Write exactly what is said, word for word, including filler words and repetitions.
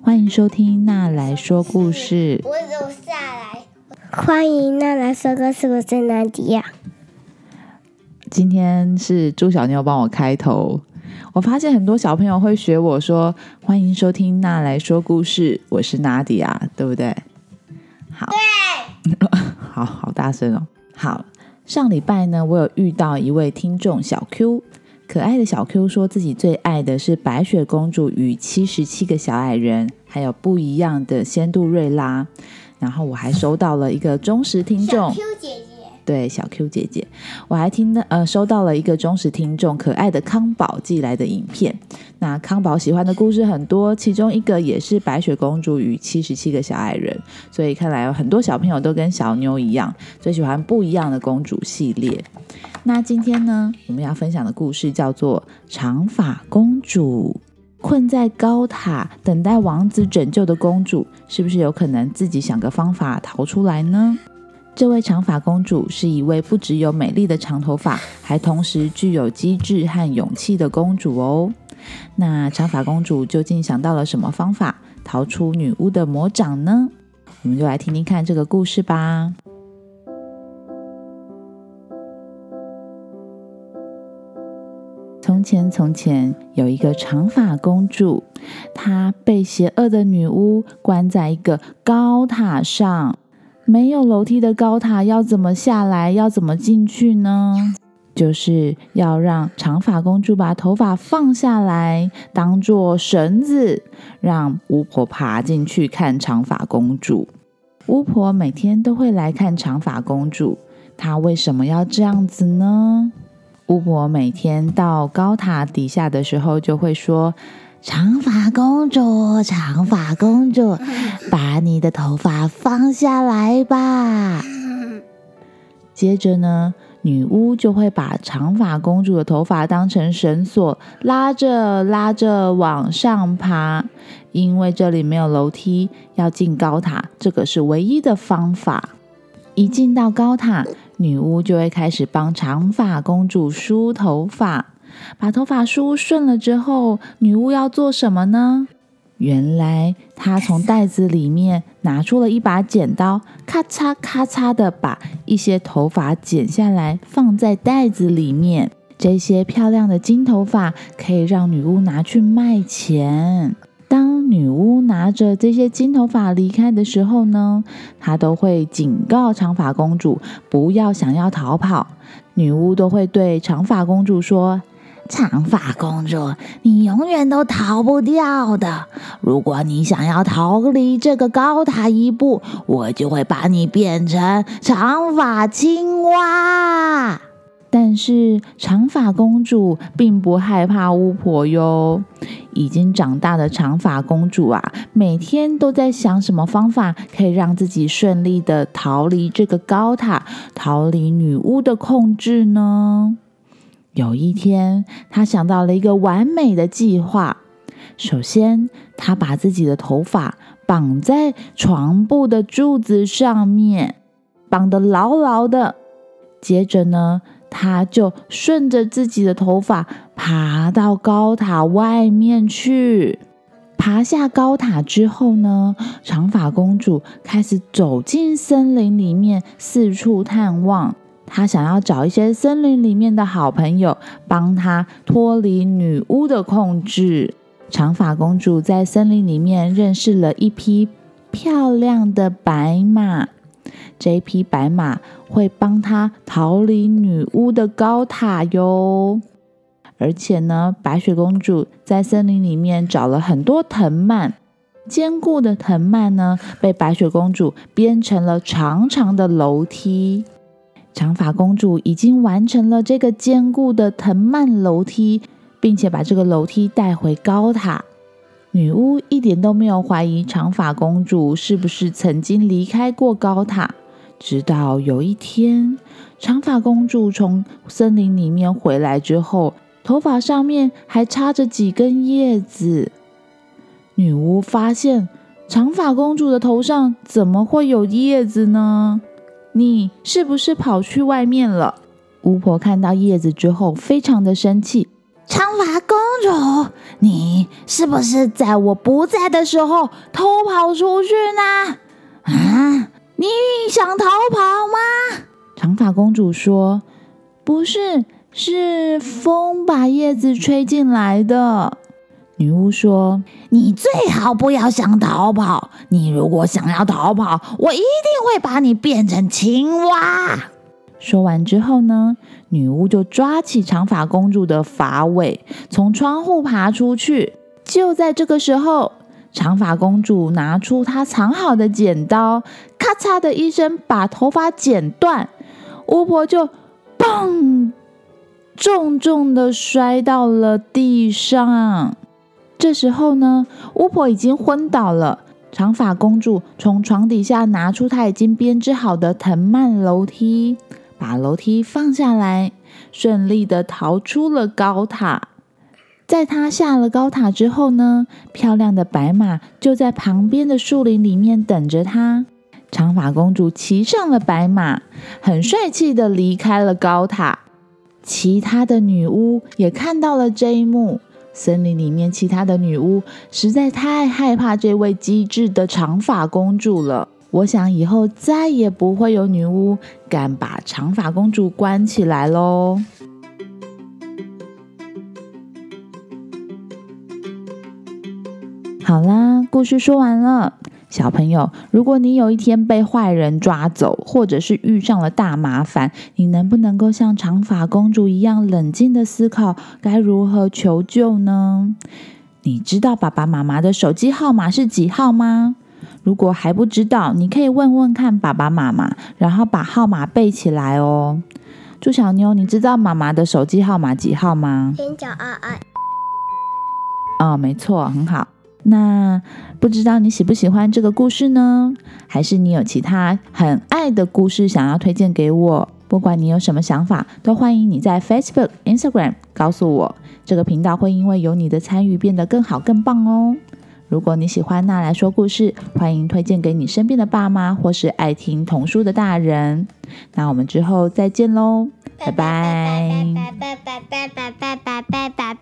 欢迎收听娜来说故事。 我走下来。欢迎娜来说故事，我是娜迪亚。 今天是猪小妞帮我开头，我发现很多小朋友会学我说欢迎收听娜来说故事，我是娜迪亚，对不对？好， 对好好大声哦。好，上礼拜呢，我有遇到一位听众小 Q， 可爱的小 Q 说自己最爱的是白雪公主与七十七个小矮人，还有不一样的仙杜瑞拉。然后我还收到了一个忠实听众， 小 Q 姐姐， 对，小 Q 姐姐，我还听的呃收到了一个忠实听众可爱的康宝寄来的影片。那康宝喜欢的故事很多，其中一个也是白雪公主与七十七个小矮人，所以看来有很多小朋友都跟小妞一样，最喜欢不一样的公主系列。那今天呢，我们要分享的故事叫做长发公主。困在高塔等待王子拯救的公主，是不是有可能自己想个方法逃出来呢？这位长发公主是一位不只有美丽的长头发，还同时具有机智和勇气的公主哦。那长发公主究竟想到了什么方法逃出女巫的魔掌呢？我们就来听听看这个故事吧。从前从前有一个长发公主，她被邪恶的女巫关在一个高塔上。没有楼梯的高塔要怎么下来，要怎么进去呢？就是要让长发公主把头发放下来当作绳子，让巫婆爬进去看长发公主。巫婆每天都会来看长发公主，她为什么要这样子呢？巫婆每天到高塔底下的时候就会说，长发公主，长发公主，把你的头发放下来吧。接着呢，女巫就会把长发公主的头发当成绳索，拉着拉着往上爬。因为这里没有楼梯，要进高塔，这个是唯一的方法。一进到高塔，女巫就会开始帮长发公主梳头发。把头发梳顺了之后，女巫要做什么呢？原来她从袋子里面拿出了一把剪刀，咔嚓咔嚓的把一些头发剪下来，放在袋子里面。这些漂亮的金头发可以让女巫拿去卖钱。当女巫拿着这些金头发离开的时候呢，她都会警告长发公主不要想要逃跑。女巫都会对长发公主说，长发公主，你永远都逃不掉的。如果你想要逃离这个高塔一步，我就会把你变成长发青蛙。但是长发公主并不害怕巫婆哟。已经长大的长发公主啊，每天都在想什么方法可以让自己顺利的逃离这个高塔，逃离女巫的控制呢？有一天，她想到了一个完美的计划。首先，她把自己的头发绑在床铺的柱子上面，绑得牢牢的。接着呢，她就顺着自己的头发爬到高塔外面去。爬下高塔之后呢，长发公主开始走进森林里面，四处探望。她想要找一些森林里面的好朋友，帮她脱离女巫的控制。长发公主在森林里面认识了一匹漂亮的白马。这一匹白马会帮她逃离女巫的高塔哟。而且呢，白雪公主在森林里面找了很多藤蔓，坚固的藤蔓呢，被白雪公主编成了长长的楼梯。长发公主已经完成了这个坚固的藤蔓楼梯，并且把这个楼梯带回高塔。女巫一点都没有怀疑长发公主是不是曾经离开过高塔。直到有一天，长发公主从森林里面回来之后，头发上面还插着几根叶子。女巫发现长发公主的头上怎么会有叶子呢？你是不是跑去外面了？巫婆看到叶子之后非常的生气， 长发公主，你是不是在我不在的时候偷跑出去呢？啊，你想逃跑吗？长发公主说，不是，是风把叶子吹进来的。女巫说，你最好不要想逃跑，你如果想要逃跑，我一定会把你变成青蛙。说完之后呢，女巫就抓起长发公主的发尾，从窗户爬出去。就在这个时候，长发公主拿出她藏好的剪刀，咔嚓的一声把头发剪断，巫婆就砰，重重的摔到了地上。这时候呢，巫婆已经昏倒了。长发公主从床底下拿出她已经编织好的藤蔓楼梯，把楼梯放下来，顺利的逃出了高塔。在她下了高塔之后呢，漂亮的白马就在旁边的树林里面等着她。长发公主骑上了白马，很帅气的离开了高塔。其他的女巫也看到了这一幕。森林里面其他的女巫实在太害怕这位机智的长发公主了。我想以后再也不会有女巫敢把长发公主关起来咯。好啦，故事说完了。小朋友，如果你有一天被坏人抓走，或者是遇上了大麻烦，你能不能够像长发公主一样冷静的思考该如何求救呢？你知道爸爸妈妈的手机号码是几号吗？如果还不知道，你可以问问看爸爸妈妈，然后把号码背起来哦。猪小妞，你知道妈妈的手机号码几号吗？ 零九二二。 哦，没错，很好。那不知道你喜不喜欢这个故事呢？还是你有其他很爱的故事想要推荐给我？不管你有什么想法，都欢迎你在 Facebook、Instagram 告诉我。这个频道会因为有你的参与变得更好更棒哦。如果你喜欢娜来说故事，欢迎推荐给你身边的爸妈或是爱听童书的大人。那我们之后再见咯，拜拜。 拜拜拜拜拜拜拜拜拜拜。